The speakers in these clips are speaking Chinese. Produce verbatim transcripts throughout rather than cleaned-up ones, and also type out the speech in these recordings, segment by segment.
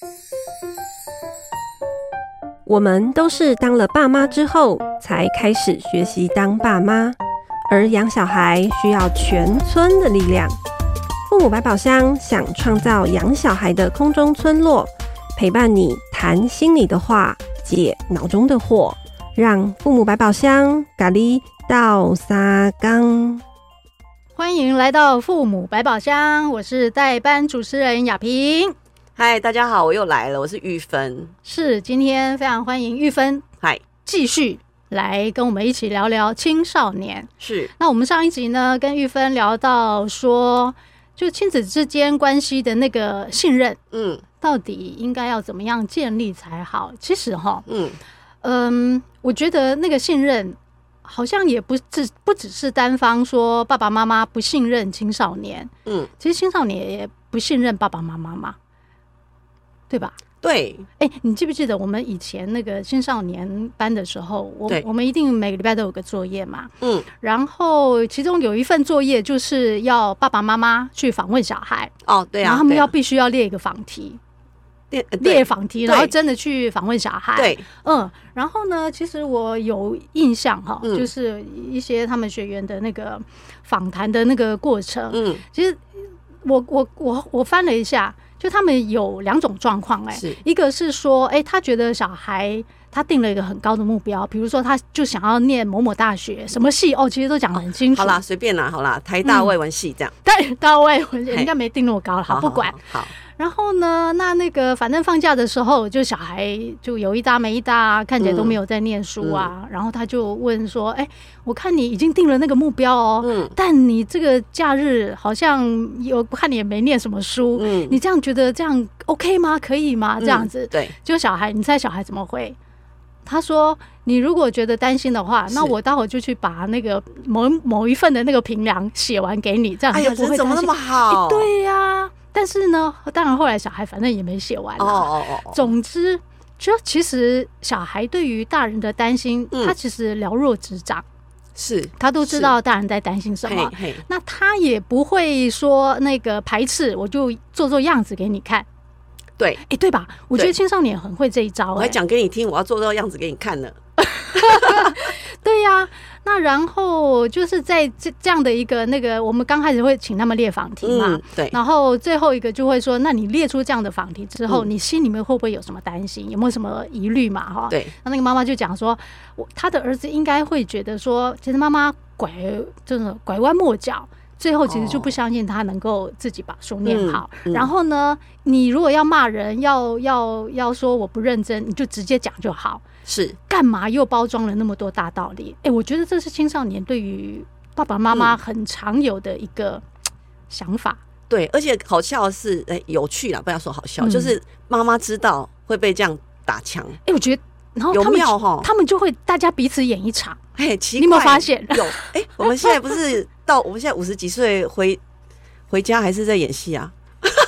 我们都是当了爸妈之后才开始学习当爸妈，而养小孩需要全村的力量。父母百宝箱想创造养小孩的空中村落，陪伴你谈心里的话，解脑中的惑，让父母百宝箱咖喱到沙缸。 欢迎来到父母百宝箱，我是代班主持人雅萍。 嗨，大家好，我又来了，我是玉芬。 是，今天非常欢迎玉芬， 嗨， 继续来跟我们一起聊聊青少年。 是， 那我们上一集呢，跟玉芬聊到说，就亲子之间关系的那个信任，嗯，到底应该要怎么样建立才好？其实哈，嗯嗯，我觉得那个信任好像也不只不只是单方说爸爸妈妈不信任青少年，嗯，其实青少年也不信任爸爸妈妈嘛。对吧？ 对， 哎、欸，你记不记得我们以前那个青少年班的时候，我我们一定每个礼拜都有个作业嘛，嗯，然后其中有一份作业就是要爸爸妈妈去访问小孩， 哦，对啊， 然后他们要必须要列一个访题，列列访题，然后真的去访问小孩， 对， 嗯，然后呢，其实我有印象哈、嗯，就是一些他们学员的那个访谈的那个过程，嗯，其实我我我我翻了一下。就他们有两种状况，哎，一个是说，哎、欸，他觉得小孩他定了一个很高的目标，比如说他就想要念某某大学，什么系哦，其实都讲得很清楚。 好啦，随便啦，好啦，台大外文系这样。 对、嗯，大外文应该没定那么高了，好，不管。 好。好然后呢，那那个反正放假的时候，就小孩就有一搭没一搭、啊，看起来都没有在念书啊。嗯、然后他就问说：“哎、欸，我看你已经定了那个目标哦，嗯、但你这个假日好像有看你也没念什么书，嗯、你这样觉得这样 OK 吗？可以吗？这样子？嗯、 对， 就小孩，你猜小孩怎么回？他说：“你如果觉得担心的话，那我待会就去把那个某某一份的那个评量写完给你，这样你就不会担心。”哎呀， 怎么那么好？ 欸、对呀、啊。但是呢，当然后来小孩反正也没写完啦。哦哦哦。总之，就其实小孩对于大人的担心，嗯、他其实了若指掌， 是他都知道大人在担心什么。那他也不会说那个排斥，我就做做样子给你看。 对， 哎、欸，对吧？我觉得青少年很会这一招、欸。 我还讲给你听，我要做做样子给你看呢。 对呀、啊，那然后就是在这这样的一个那个，我们刚开始会请他们列访题嘛， 嗯、对， 然后最后一个就会说，那你列出这样的访题之后，嗯、你心里面会不会有什么担心，有没有什么疑虑嘛？哈， 对， 那那个妈妈就讲说，我他的儿子应该会觉得说，其实妈妈拐这个拐弯抹角。最后其实就不相信他能够自己把书念好，哦嗯嗯、然后呢，你如果要骂人，要要要说我不认真，你就直接讲就好。 是， 干嘛又包装了那么多大道理？哎、欸，我觉得这是青少年对于爸爸妈妈很常有的一个想法。 嗯、对，而且好笑的是，哎、欸，有趣啦，不要说好笑，嗯、就是妈妈知道会被这样打枪。哎、 欸，我觉得，然后他们他们就会大家彼此演一场。 哎、欸，奇怪， 你有没有发现？ 有，哎、欸，我们现在不是到我们现在五十几岁回回家还是在演戏啊？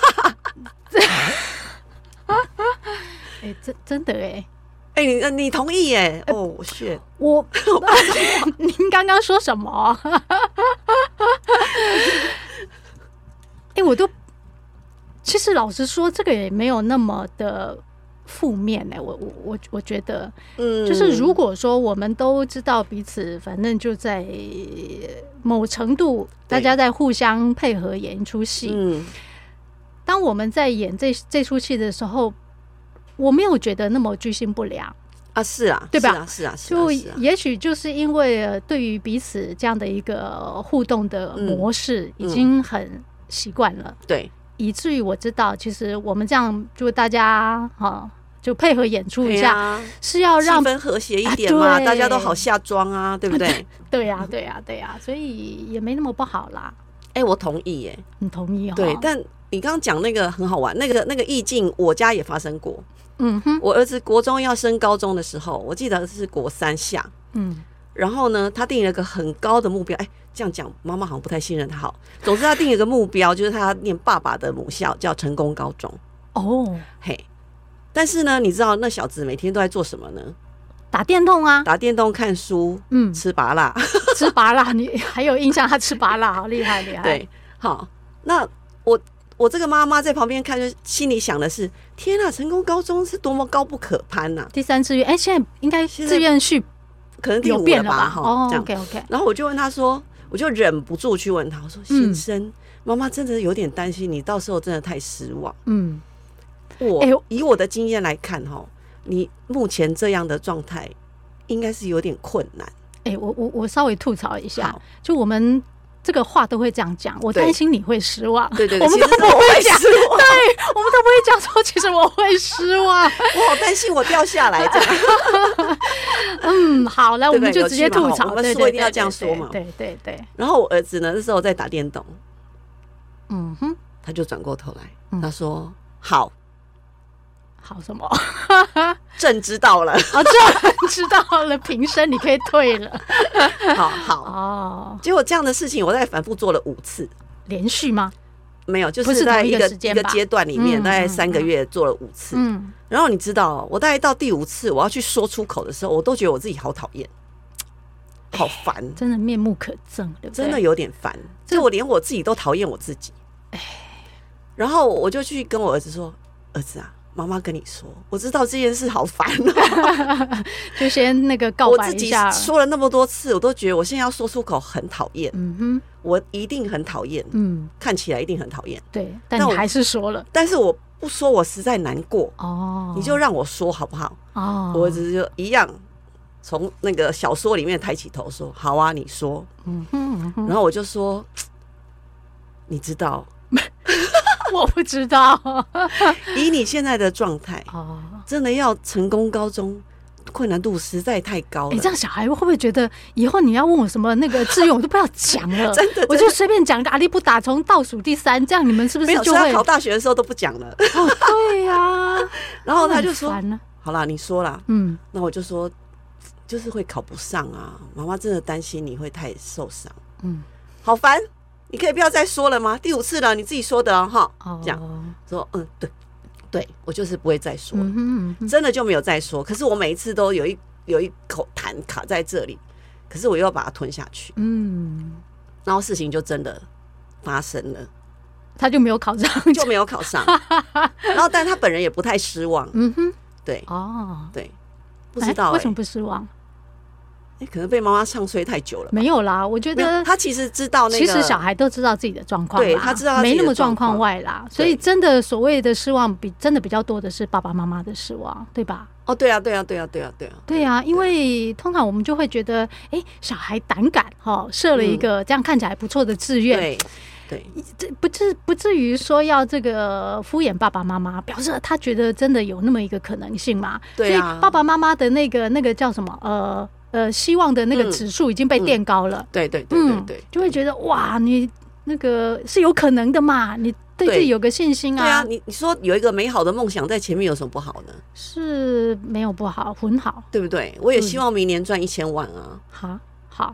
哎、欸，真真的哎、欸， 哎、欸，你你同意哎、欸？哦，是， 我，您刚刚说什么？哎、欸，我都，其实老实说，这个也没有那么的。负面呢、欸，我我我我觉得，嗯，就是如果说我们都知道彼此，反正就在某程度，大家在互相配合演一出戏。嗯，当我们在演这这出戏的时候，我没有觉得那么居心不良啊，是啊， 对吧？ 是啊，是啊，是啊， 就也许就是因为对于彼此这样的一个互动的模式已经很习惯了，嗯嗯、对。以至于我知道，其实我们这样就大家哈就配合演出一下，啊、是要让气氛和谐一点嘛，啊、大家都好下妆啊，对不对？ 对呀、啊，对呀、啊，对呀、啊，所以也没那么不好啦。 哎、欸，我同意耶、欸， 你同意哦？ 对，但你刚刚讲那个很好玩，那个那个意境，我家也发生过。嗯哼，我儿子国中要升高中的时候，我记得是国三下，嗯。然后呢，他定了一个很高的目标。哎、欸，这样讲，妈妈好像不太信任他。好，总之他定了一个目标，就是他念爸爸的母校，叫成功高中。哦，嘿，但是呢，你知道那小子每天都在做什么呢？ 打电动啊， 打电动、看书，嗯，吃芭乐， 吃芭乐。你还有印象他吃芭乐，好厉害厉害。 对，好，那我我这个妈妈在旁边看，就心里想的是：天啊，成功高中是多么高不可攀呐、啊！ 第三志愿，哎、欸，现在应该志愿序可能第五了吧？哈、 哦， 这样 OK OK。 然后我就问他说，我就忍不住去问他，我说：先生，妈妈、嗯、真的有点担心你，到时候真的太失望。嗯，我、欸、以我的经验来看，哈，你目前这样的状态，应该是有点困难。 哎、欸，我我我稍微吐槽一下，就我们。这个话都会这样讲，我担心你会失望。 对对对， 我们都不会讲，对，我们都不会讲说，其实我会失望， 我好担心我掉下来这样。 嗯，好了，我们就直接吐槽， 我们说一定要这样说嘛。 对对 对, 對。 然后我儿子呢，那时候在打电动， 嗯哼， 他就转过头来，嗯、他说：“好。” 好什么？ 朕知道了， 哦，朕知道了，平生你可以退了。 好好哦。结果这样的事情，我大概反复做了五次， 连续吗？ 没有，就是在一个一个阶段里面，大概三个月做了五次。嗯，然后你知道，我大概到第五次我要去说出口的时候，我都觉得我自己好讨厌，好烦， 真的面目可憎，对不对？ 真的有点烦，就我连我自己都讨厌我自己。然后我就去跟我儿子说：“儿子啊。”妈妈跟你说，我知道这件事好烦哦， 就先那个告白一下。 我自己说了那么多次，我都觉得我现在要说出口很讨厌。嗯哼，我一定很讨厌。嗯，看起来一定很讨厌。 对，但你还是说了。 但是我不说，我实在难过。哦，你就让我说好不好？哦，我只是就一样，从那个小说里面抬起头说：“好啊，你说。”嗯哼，嗯哼，然后我就说：“你知道。” 我不知道， 以你现在的状态，哦，真的要成功高中，困难度实在太高了。 哎、欸，这样小孩会不会觉得以后你要问我什么那个志愿，我都不要讲了？ 真的， 我就随便讲个阿里不打，从倒数第三，这样你们是不是就会考大学的时候都不讲了？ 哦，对呀、啊。 然后他就说：“好啦，你说啦。”嗯，那我就说，就是会考不上啊，妈妈真的担心你会太受伤。嗯，好烦。你可以不要再说了吗？第五次了，你自己说的哦，哈，这样说，嗯，对，对我就是不会再说了，嗯哼嗯哼，真的就没有再说。可是我每一次都有一有一口痰卡在这里，可是我又要把它吞下去，嗯，然后事情就真的发生了， 他就没有考上， 就没有考上，然后但他本人也不太失望，嗯哼，对，哦，对，不知道、欸欸、为什么不失望？ 欸、可能被妈妈唱衰太久了吧。 没有啦，我觉得他其实知道那个， 其实小孩都知道自己的状况， 对，他知道他自己的没那么状况外啦，所以真的所谓的失望比真的比较多的是爸爸妈妈的失望，对吧？ 哦，对啊，对啊，对啊，对啊，对啊， 对啊，因为通常我们就会觉得，哎、欸，小孩胆敢哈设了一个这样看起来不错的志愿， 对。对， 这不至不至于说要这个敷衍爸爸妈妈，表示他觉得真的有那么一个可能性嘛？ 对啊， 所以爸爸妈妈的那个那个叫什么呃呃希望的那个指数已经被垫高了， 嗯嗯、对对对对对， 就会觉得哇，你那个是有可能的嘛，你对自己有个信心啊。 对啊，你你说有一个美好的梦想在前面有什么不好呢？ 是没有不好，很好， 对不对？我也希望明年赚一千万啊。 好。好，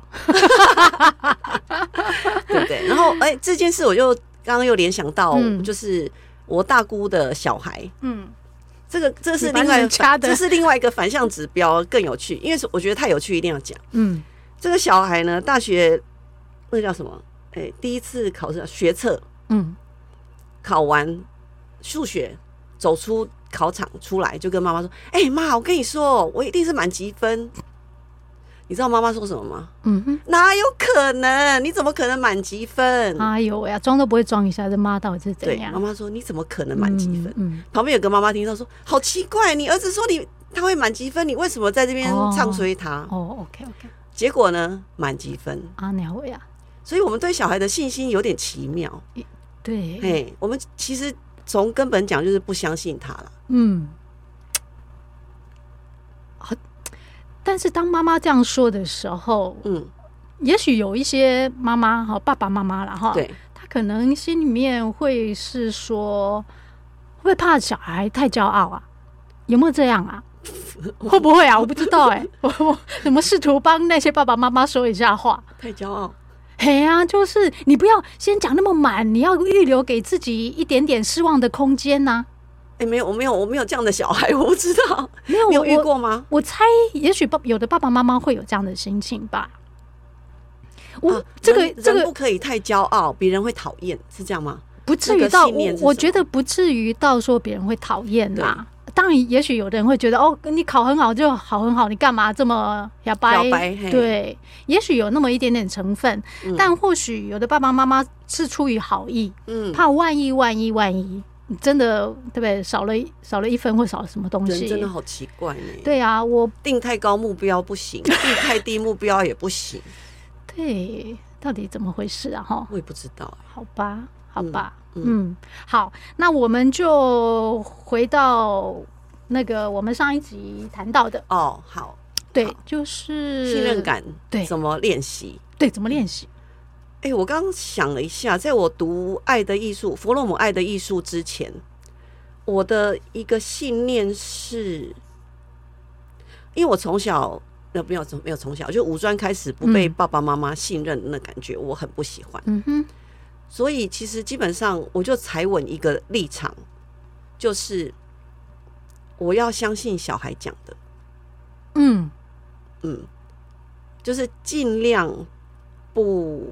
对不对？然后，哎、欸，这件事我就刚刚又联想到，就是我大姑的小孩，嗯，这个这是另外这是另外一个反向指标，更有趣，因为我觉得太有趣，一定要讲。嗯，这个小孩呢，大学那叫什么？哎、欸，第一次考试学测，嗯，考完数学，走出考场出来，就跟妈妈说：“哎、欸、妈，我跟你说，我一定是满级分。”你知道妈妈说什么吗？嗯哼，哪有可能？你怎么可能满级分？ 哎呦喂呀，装都不会装一下，这妈到底是怎样？ 对，妈妈说你怎么可能满级分？嗯嗯、旁边有个妈妈听到说，好奇怪，你儿子说你他会满级分，你为什么在这边唱衰他？ 哦, 哦 ，OK OK。 结果呢，满级分啊，鸟喂呀！ 所以我们对小孩的信心有点奇妙。 对， 哎，我们其实从根本讲就是不相信他了。嗯。 但是当妈妈这样说的时候，嗯，也许有一些妈妈哈，爸爸妈妈啦哈， 对， 他可能心里面会是说，会不会怕小孩太骄傲啊？有没有这样啊？会不会啊？我不知道哎、欸，我我怎么试图帮那些爸爸妈妈说一下话？ 太骄傲， 嘿啊，就是你不要先讲那么满，你要预留给自己一点点失望的空间呐、啊。 哎、欸，没有，我没有，我没有这样的小孩，我不知道。 没有， 你有遇过吗？ 我, 我猜，也许有的爸爸妈妈会有这样的心情吧。我、啊、这个这个人不可以太骄傲，别人会讨厌，是这样吗？ 不至于到，我我觉得不至于到说别人会讨厌啦。当然，也许有的人会觉得，哦，你考很好就好很好，你干嘛这么哑巴？对，也许有那么一点点成分，嗯、但或许有的爸爸妈妈是出于好意，嗯，怕万一万一万一真的对不对？少了少了一分或少了什么东西， 人真的好奇怪呢。 对啊，我定太高目标不行，定太低目标也不行。 对，到底怎么回事啊？哈， 我也不知道、欸。 好吧，好吧。嗯嗯, 嗯，好，那我们就回到那个我们上一集谈到的哦，好， 对，就是信任感， 对， 怎么练习？ 对，怎么练习？ 哎、欸，我刚刚想了一下，在我读《爱的艺术》弗洛姆《爱的艺术》之前，我的一个信念是，因为我从小没有没有没有从小就五专开始不被爸爸妈妈信任的那感觉，我很不喜欢。嗯哼。所以其实基本上我就踩稳一个立场，就是我要相信小孩讲的，嗯嗯，就是尽量不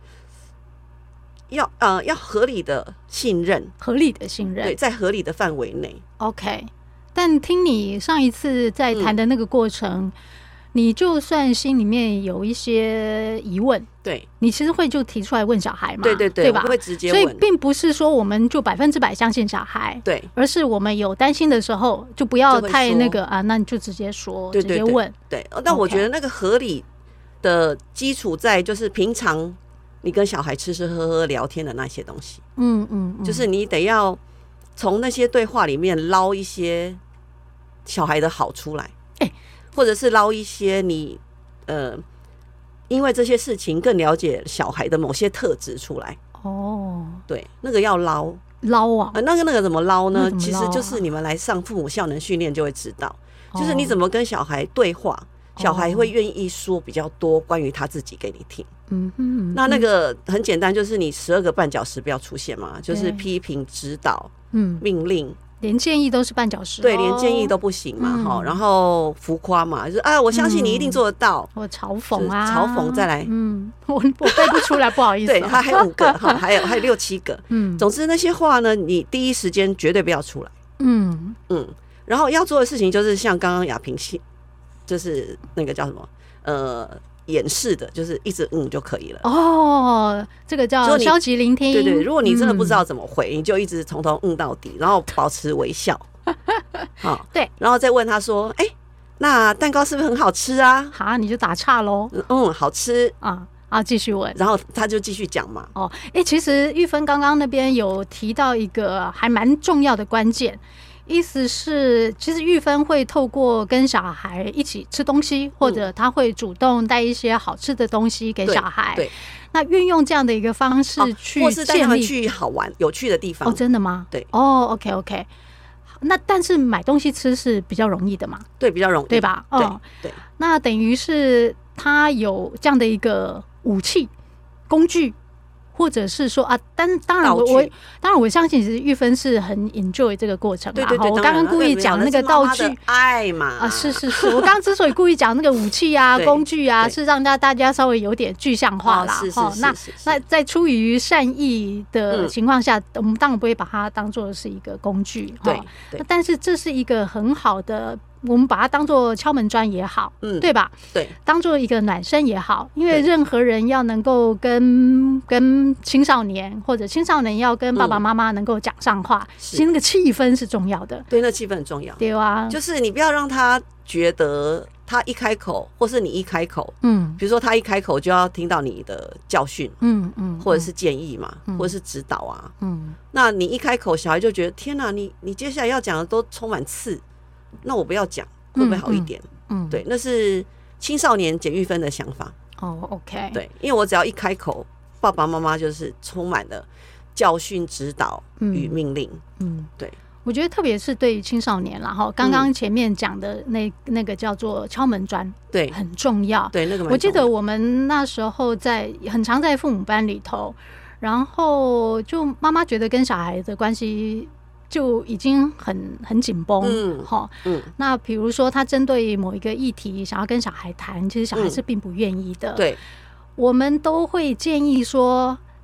要呃要合理的信任， 合理的信任， 对，在合理的范围内。 OK， 但听你上一次在谈的那个过程。嗯，你就算心里面有一些疑问， 对， 你其实会就提出来问小孩嘛， 对对对， 对吧？ 我会直接问， 所以并不是说我们就百分之百相信小孩， 对， 而是我们有担心的时候，就不要太那个啊，那你就直接说， 对对对直接问， 对。但我觉得那个合理的基础在就是平常你跟小孩吃吃喝喝聊天的那些东西，嗯嗯，就是你得要从那些对话里面捞一些小孩的好出来，哎、欸。或者是捞一些你，呃，因为这些事情更了解小孩的某些特质出来。哦，对，那个要捞捞啊、 呃，那个那个怎么捞呢？其实就是你们来上父母效能训练就会知道，哦、就是你怎么跟小孩对话，小孩会愿意说比较多关于他自己给你听。嗯嗯，那那个很简单，就是你十二个绊脚石不要出现嘛，就是批评、指导、嗯、命令。 连建议都是绊脚石、哦， 对，连建议都不行嘛，哈、嗯，然后浮夸嘛，就是啊，我相信你一定做得到， 我、嗯、嘲讽啊， 嘲讽再来， 嗯，我我背不出来，不好意思、哦， 对，他还有五个哈，还有还有六七个，嗯，总之那些话呢，你第一时间绝对不要出来，嗯嗯，然后要做的事情就是像刚刚雅萍，就是那个叫什么，呃。掩饰的，就是一直嗯就可以了。哦， 这个叫消极聆听。 对对，如果你真的不知道怎么回，嗯、你就一直从头嗯到底，然后保持微笑。好， 对， 然后再问他说：“哎、欸，那蛋糕是不是很好吃啊？” 好，你就打岔喽。 嗯，好吃啊。啊，继续问， 然后他就继续讲嘛。 哦，哎、欸，其实玉芬刚刚那边有提到一个还蛮重要的关键。意思是，其实玉芬会透过跟小孩一起吃东西，或者他会主动带一些好吃的东西给小孩。对，对那运用这样的一个方式去建立， 或是带他们去好玩、有趣的地方。 哦，真的吗？ 对。 哦 ，OK OK。那但是买东西吃是比较容易的嘛？ 对，比较容易， 对吧？哦， 对。对那等于是他有这样的一个武器、工具。或者是说啊，但当然我我当然我相信，其实玉芬是很 enjoy 这个过程啦。 对对对， 我刚刚故意讲那个道具， 爱嘛啊，是是是，我刚刚之所以故意讲那个武器啊、工具啊，是让大大家稍微有点具象化啦。 是是是。 那那在出于善意的情况下，我们当然不会把它当做是一个工具。 对。 但是这是一个很好的。我们把它当做敲门砖也好，嗯，对吧？ 对， 当做一个暖身也好，因为任何人要能够跟跟青少年或者青少年要跟爸爸妈妈能够讲上话，嗯、其实那个气氛是重要的。 对，那气氛很重要。 对啊， 就是你不要让他觉得他一开口，或是你一开口，嗯，比如说他一开口就要听到你的教训，嗯嗯，或者是建议嘛，嗯、或者是指导啊，嗯，那你一开口，小孩就觉得天哪，你你接下来要讲的都充满刺。那我不要讲，会不会好一点？嗯，嗯对，那是青少年减玉芬的想法。 哦 ，OK， 对，因为我只要一开口，爸爸妈妈就是充满了教训、指导与命令。嗯，嗯对， 我觉得特别是对于青少年啦，哈，刚刚前面讲的那那个叫做敲门砖， 对， 很重要。 对，那个我记得我们那时候在很常在父母班里头，然后就妈妈觉得跟小孩的关系。就已经很很紧绷，嗯，哈，嗯，那比如说他针对某一个议题想要跟小孩谈，其实小孩是并不愿意的， 嗯、对， 我们都会建议说，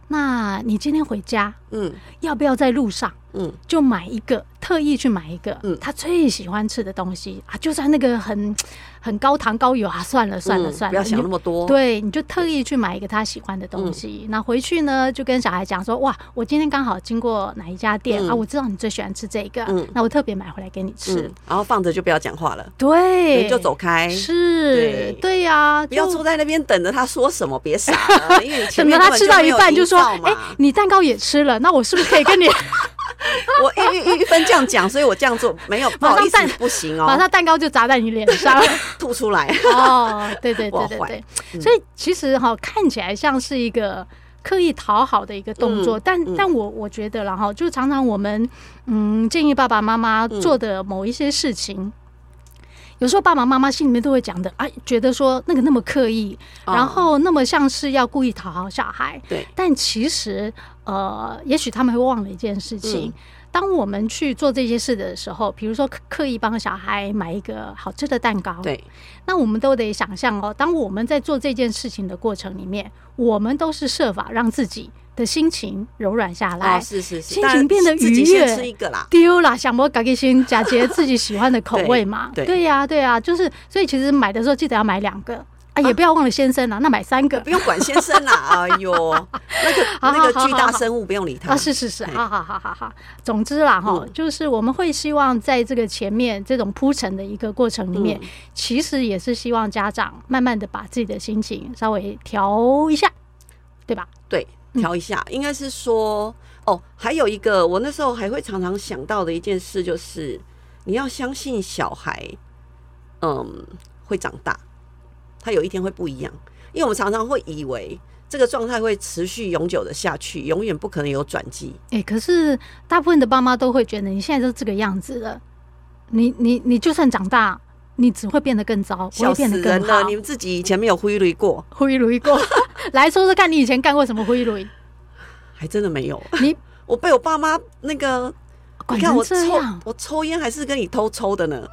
那你今天回家，嗯，要不要在路上，嗯，就买一个，特意去买一个，嗯，他最喜欢吃的东西啊，就算那个很很高糖高油啊，算了算了算了， 不要想那么多。 对，你就特意去买一个他喜欢的东西，那回去呢，就跟小孩讲说，哇，我今天刚好经过哪一家店啊，我知道你最喜欢吃这个，那我特别买回来给你吃， 然后放着就不要讲话了， 对， 就走开， 是，对呀， 不要坐在那边等着他说什么，别傻了，因为等着他吃到一半就说，哎，你蛋糕也吃了，那我是不是可以跟你？ 我一一一分这样讲，所以我这样做没有不好意思，不行哦， 马上蛋糕就砸在你脸上， 吐出来。 哦，对对对对对，嗯、所以其实哈、哦、看起来像是一个刻意讨好的一个动作，嗯、但、嗯、但我我觉得啦哈，就常常我们嗯建议爸爸妈妈做的某一些事情。嗯，有时候爸爸妈妈心里面都会讲的啊，觉得说那个那么刻意，哦、然后那么像是要故意讨好小孩。对，但其实呃，也许他们会忘了一件事情。嗯，当我们去做这些事的时候，比如说刻意帮小孩买一个好吃的蛋糕，对，那我们都得想象哦，当我们在做这件事情的过程里面，我们都是设法让自己的心情柔软下来，哦、是是是，心情变得愉悦，丢啦，想摸自己先假结自己喜欢的口味嘛，对对呀、啊、对呀、啊，就是所以其实买的时候记得要买两个。啊，也不要忘了先生啊，那买三个， 不用管先生啦。哎呦，那个那个巨大生物不用理他啊。是是是，好好好好好。总之啦，哈、嗯，就是我们会希望在这个前面这种铺陈的一个过程里面，嗯、其实也是希望家长慢慢的把自己的心情稍微调一下，对吧？ 对，调一下，嗯、应该是说哦，还有一个我那时候还会常常想到的一件事，就是你要相信小孩，嗯，会长大。他有一天会不一样，因为我们常常会以为这个状态会持续永久的下去，永远不可能有转机。 哎、欸，可是大部分的爸妈都会觉得你现在都这个样子了，你你你就算长大，你只会变得更糟，不会变得更好。 笑死人了！你们自己以前没有挥泪过， 挥泪过，来说说看你以前干过什么挥泪？ 还真的没有。你我被我爸妈那个，你看我抽我抽烟还是跟你偷抽的呢。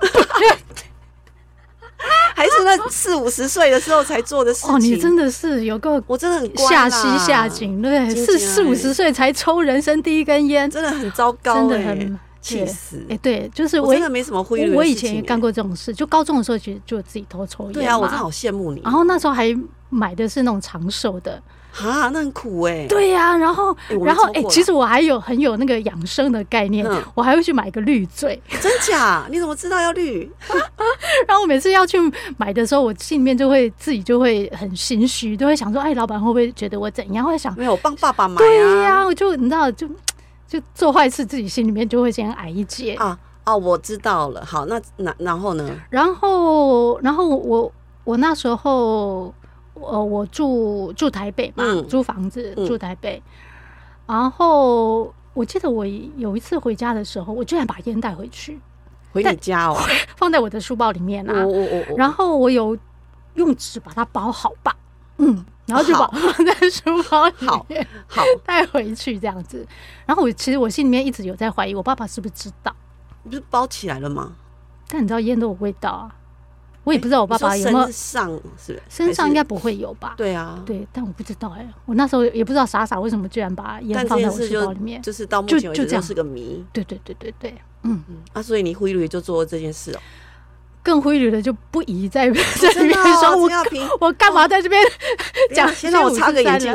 还是那四五十岁的时候才做的事情哦， 你真的是有个我真的很乖下西下井，对，是四五十岁才抽人生第一根烟， 真的很糟糕、欸， 真的很气死。 哎、欸，对，就是我真的没什么挥泪、欸。 我以前也干过这种事，就高中的时候其实就自己偷抽烟。 对啊，我真的好羡慕你。 然后那时候还买的是那种长寿的。 啊，那很苦哎、欸。 对呀、啊，然后，欸、然后，哎、欸，其实我还有很有那个养生的概念，嗯、我还会去买个滤嘴。 真假？你怎么知道要滤？ 然后我每次要去买的时候，我心里面就会自己就会很心虚，就会想说，哎，老板会不会觉得我怎样？会想， 没有，我帮爸爸买、啊。 对呀、啊，我就你知道，就就做坏事，自己心里面就会先矮一截啊啊！我知道了。好，那那然后呢？ 然后，然后我我那时候。呃，我住住台北嘛，嗯、租房子住台北，嗯、然后我记得我有一次回家的时候，我居然把烟带回去， 回你家哦， 放在我的书包里面啊，哦哦哦、然后我有用纸把它包好吧，嗯，然后就把它放在书包里面，好带回去这样子。然后我其实我心里面一直有在怀疑，我爸爸是不是知道？ 你不是包起来了吗？ 但你知道烟都有味道啊。我也不知道我爸爸有没有身上是身上应该不会有吧？ 对啊， 对，但我不知道哎、欸，我那时候也不知道傻傻为什么居然把烟放在我书包里面， 就是到目前为止都是个谜。 对对对对对，嗯嗯啊，所以你挥泪就做这件事哦、喔， 更挥泪的就不宜在在里面说，我我干嘛在这边讲？ 先让我擦个眼睛。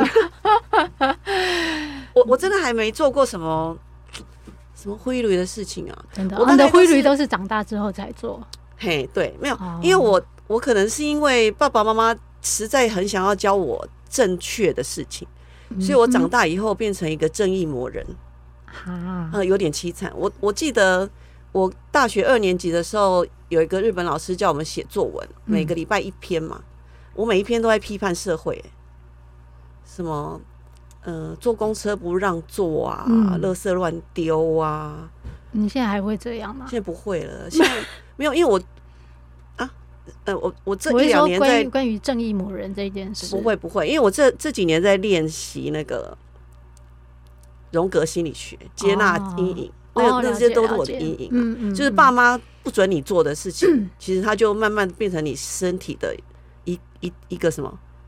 我我真的还没做过什么什么挥泪的事情啊， 真的，我的挥泪都是长大之后才做。 嘿，对，没有，哦、因为我我可能是因为爸爸妈妈实在很想要教我正确的事情，嗯、所以我长大以后变成一个正义魔人，啊、呃，有点凄惨。我我记得我大学二年级的时候，有一个日本老师叫我们写作文，每个礼拜一篇嘛，嗯、我每一篇都在批判社会，什么呃，坐公车不让座啊，嗯、垃圾乱丢啊。 你现在还会这样吗？ 现在不会了，现在没有，因为我啊，呃，我我这一两年在关于关于正义魔人这件事， 不会不会，因为我这这几年在练习那个荣格心理学，接纳阴影，那哦、 那些都是我的阴影、啊，嗯嗯，就是爸妈不准你做的事情，嗯、其实它就慢慢变成你身体的一一一个什么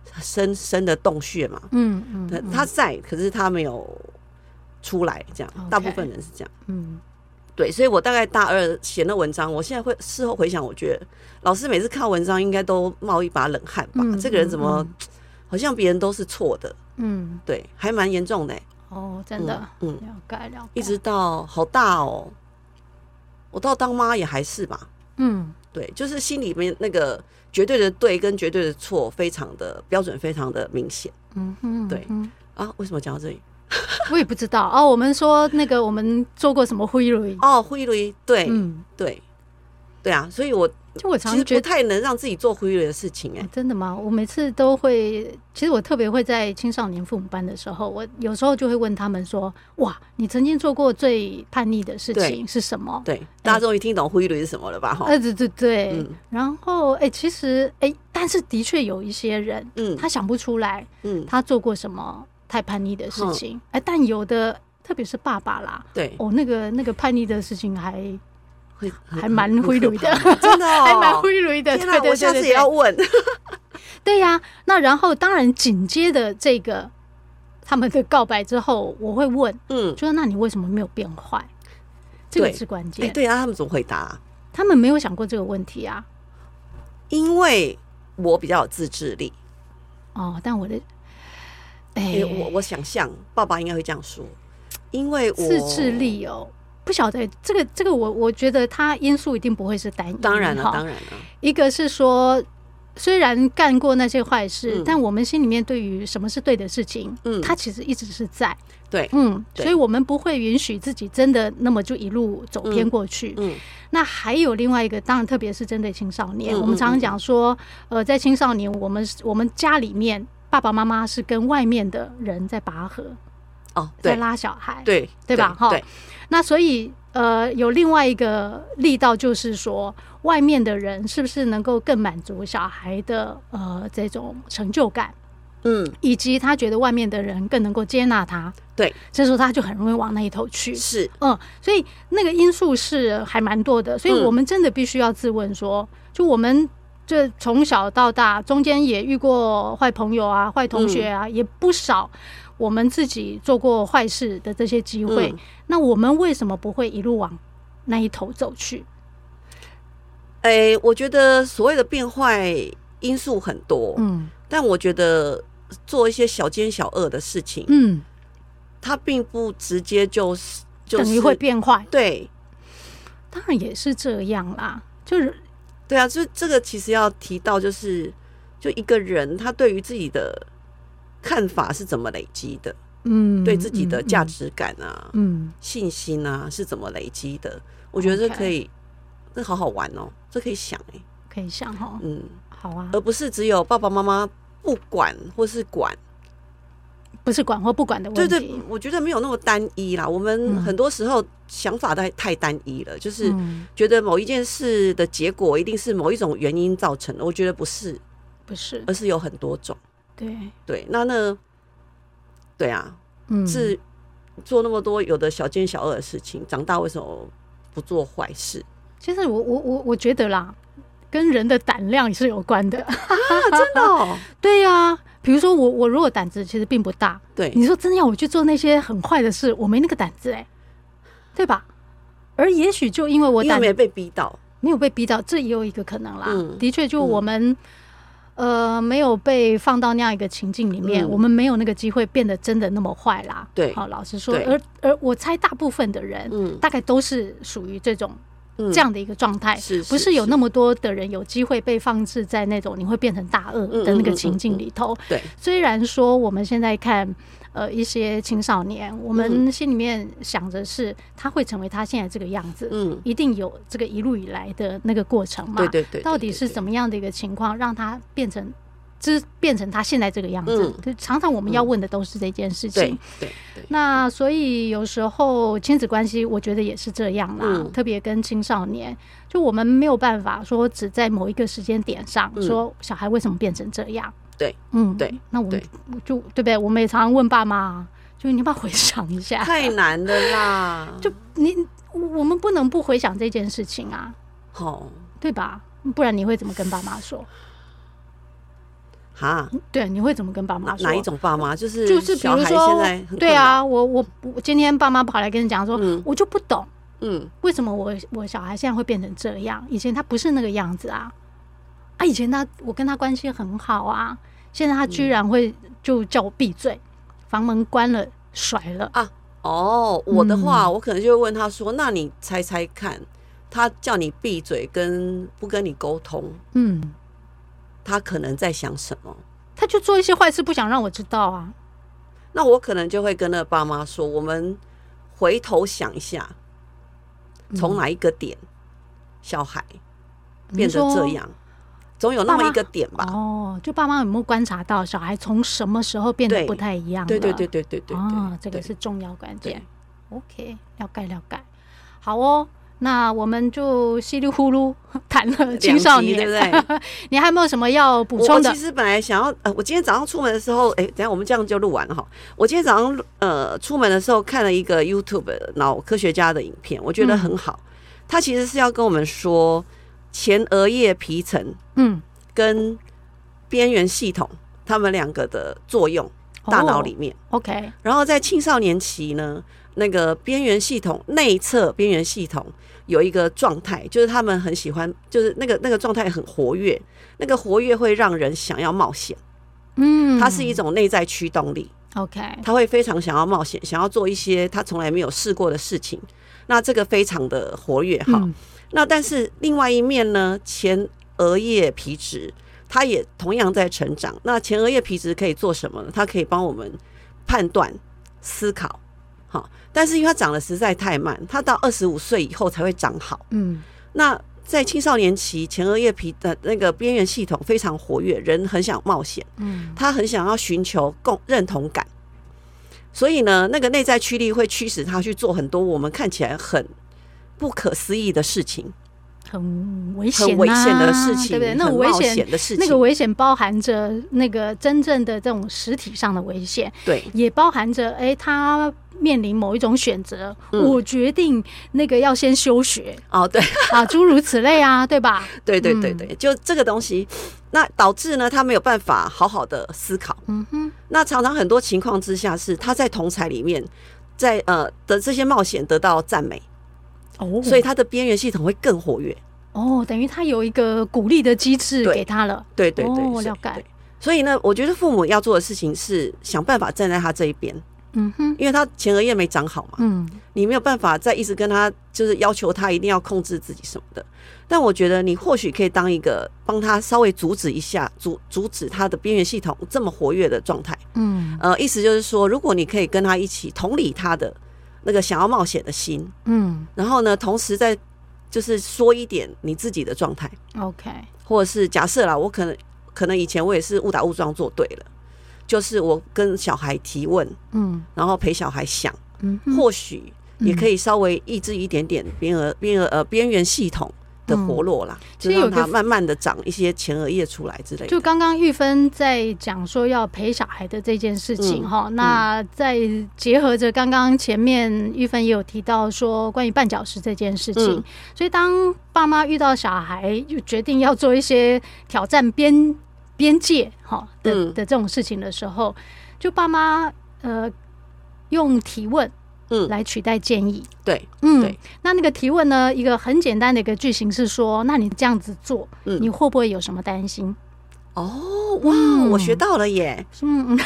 深深的洞穴嘛， 嗯嗯， 嗯他在，可是他没有出来，这样， Okay. 大部分人是这样， 嗯， 对，所以我大概大二写那文章，我现在会事后回想，我觉得老师每次看文章应该都冒一把冷汗吧，嗯、这个人怎么、嗯、好像别人都是错的，嗯，对，还蛮严重的、欸， 哦，真的，嗯，了解了解， 一直到好大哦，我到当妈也还是吧，嗯，对，就是心里面那个绝对的对跟绝对的错，非常的标准，非常的明显，嗯哼，对嗯啊，为什么讲到这里？ 我也不知道哦。我们说那个我们做过什么挥泪哦，挥泪，对，嗯，对，对啊，所以我就我常常觉得不太能让自己做挥泪的事情、欸，哎、 哦，真的吗？我每次都会，其实我特别会在青少年父母班的时候，我有时候就会问他们说：“哇，你曾经做过最叛逆的事情是什么？” 对，大家终于听懂挥泪是什么了吧？哈、 欸，对对对。嗯、然后，哎、欸，其实，哎、欸，但是的确有一些人，嗯，他想不出来，嗯，他做过什么太叛逆的事情，哎、嗯欸，但有的。特别是爸爸啦， 对哦，那个那个叛逆的事情还会还蛮挥泪的， 真的、哦， 还蛮挥泪的。 天啊，我下次也要问。 对呀、啊，那然后当然紧接的这个他们的告白之后，我会问，嗯，就说那你为什么没有变坏？这个是关键。 哎、欸，对啊，他们怎么回答、啊？ 他们没有想过这个问题啊， 因为我比较有自制力。 哦，但我的， 哎、欸，我我想象爸爸应该会这样说。因为我自制力哦，不晓得这个这个我我觉得它因素一定不会是单一。 当然了，当然了。 一个是说，虽然干过那些坏事，嗯、但我们心里面对于什么是对的事情，嗯，它其实一直是在。 对， 嗯，所以我们不会允许自己真的那么就一路走偏过去。嗯，嗯那还有另外一个，当然特别是针对青少年，嗯、我们常常讲说，呃，在青少年，我们我们家里面爸爸妈妈是跟外面的人在拔河。 哦， 在拉小孩， 对对吧？哈，那所以呃，有另外一个力道，就是说，外面的人是不是能够更满足小孩的呃这种成就感，嗯，以及他觉得外面的人更能够接纳他， 对， 这时候他就很容易往那一头去， 是， 嗯，所以那个因素是还蛮多的，所以我们真的必须要自问说，就我们这从小到大，中间也遇过坏朋友啊、坏同学啊，嗯、也不少。我们自己做过坏事的这些机会、嗯，那我们为什么不会一路往那一头走去？ 哎、欸，我觉得所谓的变坏因素很多，嗯，但我觉得做一些小奸小恶的事情，嗯，它并不直接就是就是等于会变坏， 对， 当然也是这样啦，就是对啊，就这个其实要提到，就是就一个人他对于自己的看法是怎么累积的？嗯，对自己的价值感啊，嗯，信心啊是怎么累积的？我觉得这可以，这好好玩哦，这可以想哎、欸， 可以想哈，嗯，好啊， 而不是只有爸爸妈妈不管或是管， 不是管或不管的问题。 对对，我觉得没有那么单一啦。我们很多时候想法太太单一了，就是觉得某一件事的结果一定是某一种原因造成的。我觉得不是， 不是， 而是有很多种。 对对，那呢？对啊，嗯，是做那么多有的小奸小恶的事情，长大为什么不做坏事？ 其实我我我我觉得啦，跟人的胆量是有关的啊， 真的、哦？ 对呀、啊，比如说我我如果胆子其实并不大， 对， 你说真的要我去做那些很坏的事，我没那个胆子哎、欸，对吧？而也许就因为我胆没被逼到， 没有被逼到，这也有一个可能啦。嗯、的确，就我们。嗯呃，没有被放到那样一个情境里面，嗯、我们没有那个机会变得真的那么坏啦。 对， 好，老实说，而而我猜大部分的人，嗯，大概都是属于这种、嗯、这样的一个状态， 是不是有那么多的人有机会被放置在那种你会变成大恶的那个情境里头？ 嗯嗯嗯嗯、对， 虽然说我们现在看。呃，一些青少年，我们心里面想着是他会成为他现在这个样子，嗯，一定有这个一路以来的那个过程嘛， 对对 对, 对, 对, 对， 到底是怎么样的一个情况，让他变成，之变成他现在这个样子？嗯、常常我们要问的都是这件事情。 嗯、对, 对, 对。 那所以有时候亲子关系，我觉得也是这样啦，嗯、特别跟青少年，就我们没有办法说只在某一个时间点上、嗯、说小孩为什么变成这样。 对， 嗯， 对， 那我们就对不对？我们也常常问爸妈，就你要不要回想一下？ 太难了啦！ 就你，我们不能不回想这件事情啊， 好， 对吧？不然你会怎么跟爸妈说？ 哈， 对，你会怎么跟爸妈说？ 哪一种爸妈？就是就是比如说， 小孩现在很对啊，我我我今天爸妈跑来跟你讲说， 嗯、 我就不懂， 嗯， 为什么我我小孩现在会变成这样？以前他不是那个样子啊，啊，以前他我跟他关系很好啊，现在他居然会就叫我闭嘴，房门关了，甩了啊。哦，我的话，嗯、我可能就会问他说：“那你猜猜看，他叫你闭嘴跟不跟你沟通，嗯，他可能在想什么？ 他就做一些坏事，不想让我知道啊。 那我可能就会跟那爸妈说：我们回头想一下，从哪一个点，嗯、小孩变得这样，总有那么一个点吧？ 哦，就爸妈有没有观察到小孩从什么时候变得不太一样了？ 对对对对对对， 哦，这个是重要关键。OK， 了解了解，好哦。那我们就稀里呼噜谈了青少年， 对不对？ 你还有没有什么要补充的？ 我其实本来想要，呃，我今天早上出门的时候，哎、欸，等一下我们这样就录完了哈。我今天早上呃出门的时候看了一个 YouTube 脑科学家的影片，我觉得很好。嗯、他其实是要跟我们说前额叶皮层，嗯，跟边缘系统他们两个的作用，大脑里面。 哦、OK， 然后在青少年期呢，那个边缘系统内侧边缘系统有一个状态，就是他们很喜欢，就是那个那个状态很活跃，那个活跃会让人想要冒险。嗯，它是一种内在驱动力。 OK， 他会非常想要冒险，想要做一些他从来没有试过的事情。那这个非常的活跃哈。嗯、那但是另外一面呢，前额叶皮质它也同样在成长。那前额叶皮质可以做什么呢？它可以帮我们判断、思考。好，但是因为它长得实在太慢，它到二十五岁以后才会长好。嗯，那在青少年期，前额叶皮的那个边缘系统非常活跃，人很想冒险，嗯，他很想要寻求共认同感，所以呢，那个内在驱力会驱使他去做很多我们看起来很不可思议的事情。 很危险、啊， 很危险的事情， 对不对？那种危险的事情， 那个危险包含着那个真正的这种实体上的危险， 对， 也包含着哎、欸，他面临某一种选择，嗯、我决定那个要先休学哦，对啊，诸如此类啊，对吧？ 对对对对，嗯、就这个东西，那导致呢，他没有办法好好的思考。嗯哼，那常常很多情况之下是他在同侪里面，在呃的这些冒险得到赞美。哦，所以他的边缘系统会更活跃。 哦，等于他有一个鼓励的机制给他了。 对对 对, 对， 哦，了解。 所以呢，我觉得父母要做的事情是想办法站在他这一边。嗯哼，因为他前额叶没长好嘛。嗯，你没有办法再一直跟他就是要求他一定要控制自己什么的。但我觉得你或许可以当一个帮他稍微阻止一下，阻阻止他的边缘系统这么活跃的状态。嗯，呃，意思就是说，如果你可以跟他一起同理他的那个想要冒险的心，嗯，然后呢，同时再就是说一点你自己的状态 ，OK， 或者是假设啦，我可能可能以前我也是误打误撞做对了，就是我跟小孩提问，嗯，然后陪小孩想，嗯，或许也可以稍微抑制一点点边额边额呃边缘系统的活络啦，就让它慢慢的长一些前额叶出来之类的。 就刚刚玉芬在讲说要陪小孩的这件事情哈、嗯，那再结合着刚刚前面玉芬也有提到说关于绊脚石这件事情、嗯，所以当爸妈遇到小孩就决定要做一些挑战边边界哈的、嗯、的这种事情的时候，就爸妈呃用提问。嗯，来取代建议。 对， 嗯， 对。 那那个提问呢？一个很简单的一个句型是说：那你这样子做，嗯、你会不会有什么担心？ 哦，哇，嗯、我学到了耶！嗯，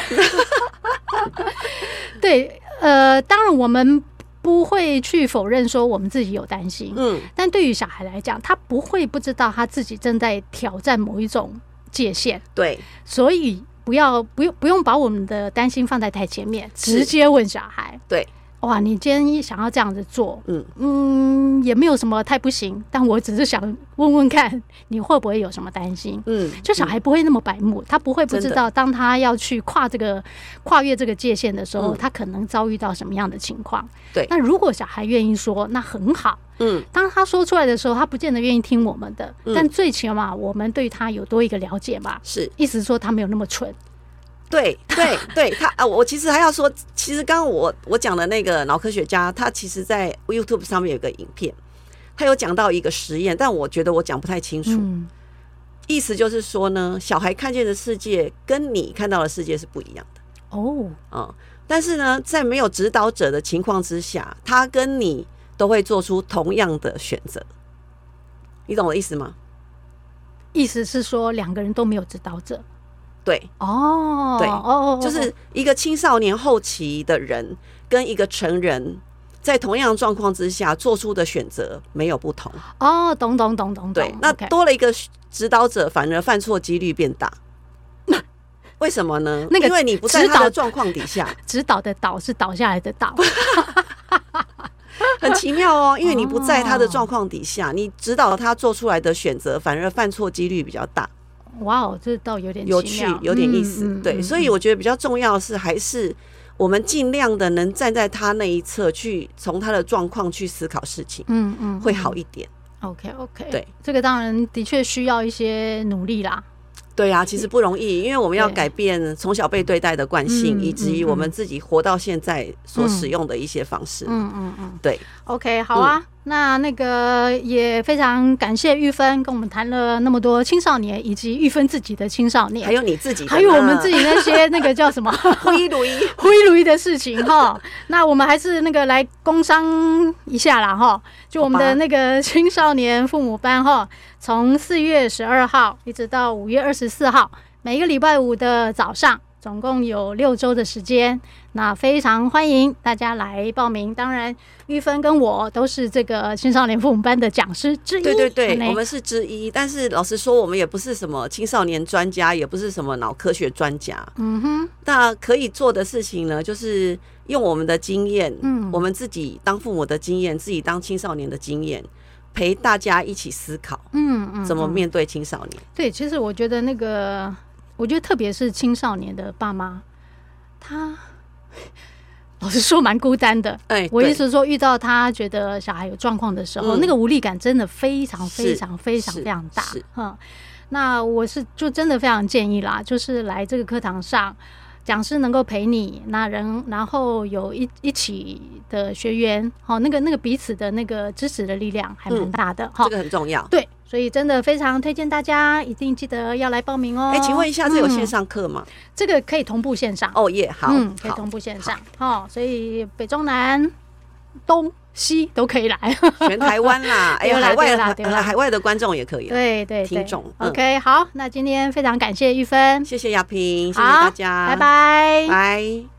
对，呃，当然我们不会去否认说我们自己有担心，嗯，但对于小孩来讲，他不会不知道他自己正在挑战某一种界限。 对， 所以不要不用不用把我们的担心放在太前面，直接问小孩。 对。 哇，你今天想要这样子做，嗯嗯，也没有什么太不行，但我只是想问问看，你会不会有什么担心？嗯，就小孩不会那么白目，他不会不知道，当他要去跨这个跨越这个界限的时候，嗯、他可能遭遇到什么样的情况。 对， 那如果小孩愿意说，那很好。嗯，当他说出来的时候，他不见得愿意听我们的，嗯、但最起码我们对他有多一个了解嘛。 是， 意思说他没有那么蠢。 对对对，他啊，我其实还要说，其实刚刚我我讲的那个脑科学家，他其实在 YouTube 上面有个影片，他有讲到一个实验，但我觉得我讲不太清楚。嗯、 意思就是说呢，小孩看见的世界跟你看到的世界是不一样的哦。 嗯，但是呢，在没有指导者的情况之下，他跟你都会做出同样的选择。你懂我的意思吗？ 意思是说两个人都没有指导者。 对哦， 对哦， 就是一个青少年后期的人跟一个成人在同样的状况之下做出的选择没有不同。 哦，懂懂懂懂懂。 对，那多了一个指导者，反而犯错几率变大。为什么呢？那个因为你不在他的状况底下， 指导的导是倒下来的倒。 很奇妙哦，因为你不在他的状况底下，你指导他做出来的选择，反而犯错几率比较大。 哇哦，这倒有点有趣，有点意思。嗯嗯、对、嗯，所以我觉得比较重要的是，还是我们尽量的能站在他那一侧，去从他的状况去思考事情，嗯嗯，会好一点。 OK OK， 对， 这个当然的确需要一些努力啦。 对啊，其实不容易，因为我们要改变从小被对待的惯性，以及我们自己活到现在所使用的一些方式。嗯嗯嗯，对。 OK， 好啊。嗯，那那个也非常感谢玉芬跟我们谈了那么多青少年，以及玉芬自己的青少年， 还有你自己的， 还有我们自己那些那个叫什么灰如意灰如意的事情哈。那我们还是那个来工商一下啦哈，就我们的那个青少年父母班哈，从四月十二号一直到五月二十四号，每一个礼拜五的早上。总共有六周的时间，那非常欢迎大家来报名。当然，玉芬跟我都是这个青少年父母班的讲师之一。 对对对，我们是之一。但是老实说，我们也不是什么青少年专家，也不是什么脑科学专家。嗯哼。那可以做的事情呢，就是用我们的经验，嗯，我们自己当父母的经验，自己当青少年的经验，陪大家一起思考，嗯嗯，怎么面对青少年。 对，其实我觉得那个。我觉得特别是青少年的爸妈，他老实说蛮孤单的。哎、欸，我意思是说，遇到他觉得小孩有状况的时候、嗯，那个无力感真的非常非常非常非常大。嗯，那我是就真的非常建议啦，就是来这个课堂上，讲师能够陪你，那人然后有一一起的学员，哦，那个那个彼此的那个支持的力量还蛮大的。哈、 嗯，这个很重要。 对。所以真的非常推荐大家，一定记得要来报名哦。 哎、欸，请问一下，这有线上课吗、 嗯？这个可以同步线上。 哦耶，好， 嗯，可以同步线上。哦，所以北中南东西都可以来， 全台湾啦，哎、欸，海外的、呃、海外的观众也可以。 对 对, 对， 听众、 嗯。OK， 好，那今天非常感谢玉芬， 谢谢亚萍，谢谢大家， 拜拜， 拜。